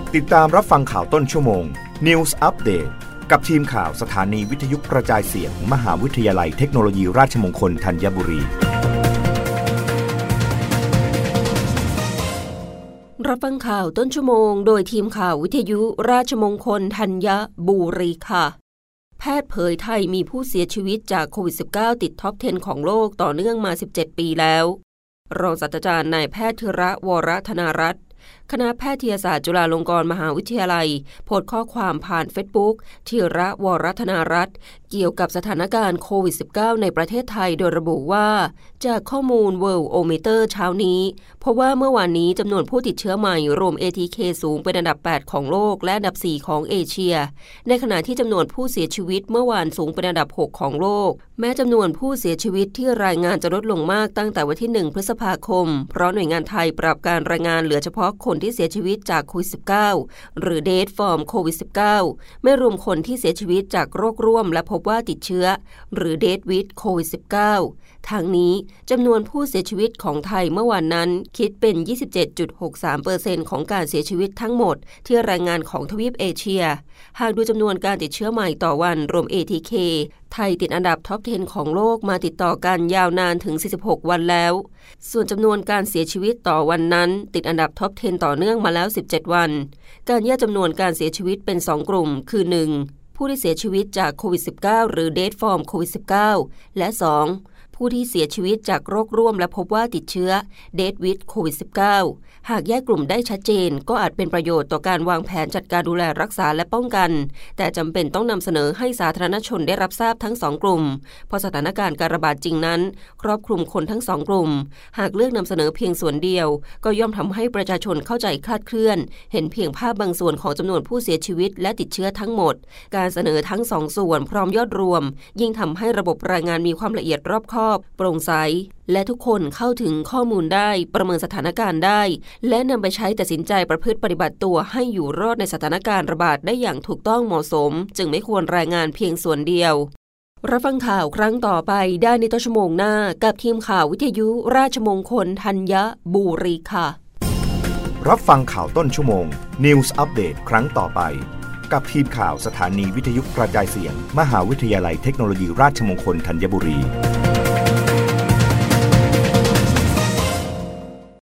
ติดตามรับฟังข่าวต้นชั่วโมง News Update กับทีมข่าวสถานีวิทยุกระจายเสียง มหาวิทยาลัยเทคโนโลยีราชมงคลธัญบุรีรับฟังข่าวต้นชั่วโมงโดยทีมข่าววิทยุราชมงคลธัญบุรีค่ะแพทย์เผยไทยมีผู้เสียชีวิตจากโควิด -19 ติดท็อป 10 ของโลกต่อเนื่องมา17 ปีแล้วรองศาสตราจารย์นายแพทย์ธีระวรธนารัตน์คณะแพทยศาสตร์จุฬาลงกรณ์มหาวิทยาลัยโพสต์ข้อความผ่าน Facebook ธีระวรธนารัตน์เกี่ยวกับสถานการณ์โควิด -19 ในประเทศไทยโดยระบุว่าจากข้อมูล Worldometer เช้านี้เพราะว่าเมื่อวานนี้จำนวนผู้ติดเชื้อใหม่รวม ATK สูงเป็นอันดับ 8 ของโลกและอันดับ 4 ของเอเชียในขณะที่จำนวนผู้เสียชีวิตเมื่อวานสูงเป็นอันดับ 6 ของโลกแม้จำนวนผู้เสียชีวิตที่รายงานจะลดลงมากตั้งแต่วันที่ 1 พฤษภาคมเพราะหน่วยงานไทยปรับการรายงานเหลือเฉพาะคนที่เสียชีวิตจากโควิด -19 หรือ Death from COVID-19 ไม่รวมคนที่เสียชีวิตจากโรคร่วมและพบว่าติดเชื้อหรือ Death with COVID-19 ทางนี้จำนวนผู้เสียชีวิตของไทยเมื่อวานนั้นคิดเป็น 27.63% ของการเสียชีวิตทั้งหมดที่รายงานของทวีปเอเชียหากดูจำนวนการติดเชื้อใหม่ต่อวันรวม ATK ไทยติดอันดับท็อป 10 ของโลกมาติดต่อกันยาวนานถึง46วันแล้วส่วนจำนวนการเสียชีวิตต่อวันนั้นติดอันดับท็อป 10 ต่อเนื่องมาแล้ว17วันการแยกจำนวนการเสียชีวิตเป็น2กลุ่มคือ 1. ผู้ที่เสียชีวิตจากโควิด -19 หรือ Death from COVID-19 และ 2. ผู้ที่เสียชีวิตจากโรคร่วมและพบว่าติดเชื้อ Death with COVID-19 หากแยกกลุ่มได้ชัดเจนก็อาจเป็นประโยชน์ต่อการวางแผนจัดการดูแลรักษาและป้องกันแต่จำเป็นต้องนำเสนอให้สาธารณชนได้รับทราบทั้ง2กลุ่มเพราะสถานการณ์การระบาดจริงนั้นครอบคลุมคนทั้ง2กลุ่มหากเลือกนำเสนอเพียงส่วนเดียวก็ย่อมทำให้ประชาชนเข้าใจคลาดเคลื่อนเห็นเพียงภาพบางส่วนของจำนวนผู้เสียชีวิตและติดเชื้อทั้งหมดการเสนอทั้ง2ส่วนพร้อมยอดรวมยิ่งทำให้ระบบรายงานมีความละเอียดรอบคอบโปร่งใสและทุกคนเข้าถึงข้อมูลได้ประเมินสถานการณ์ได้และนำไปใช้ตัดสินใจประพฤติปฏิบัติตัวให้อยู่รอดในสถานการณ์ระบาดได้อย่างถูกต้องเหมาะสมจึงไม่ควรรายงานเพียงส่วนเดียวรับฟังข่าวครั้งต่อไปได้ในต้นชั่วโมงหน้ากับทีมข่าววิทยุราชมงคลธัญบุรีค่ะรับฟังข่าวต้นชั่วโมง News Update ครั้งต่อไปกับทีมข่าวสถานีวิทยุกระจายเสียงมหาวิทยาลัยเทคโนโลยีราชมงคลธัญบุรี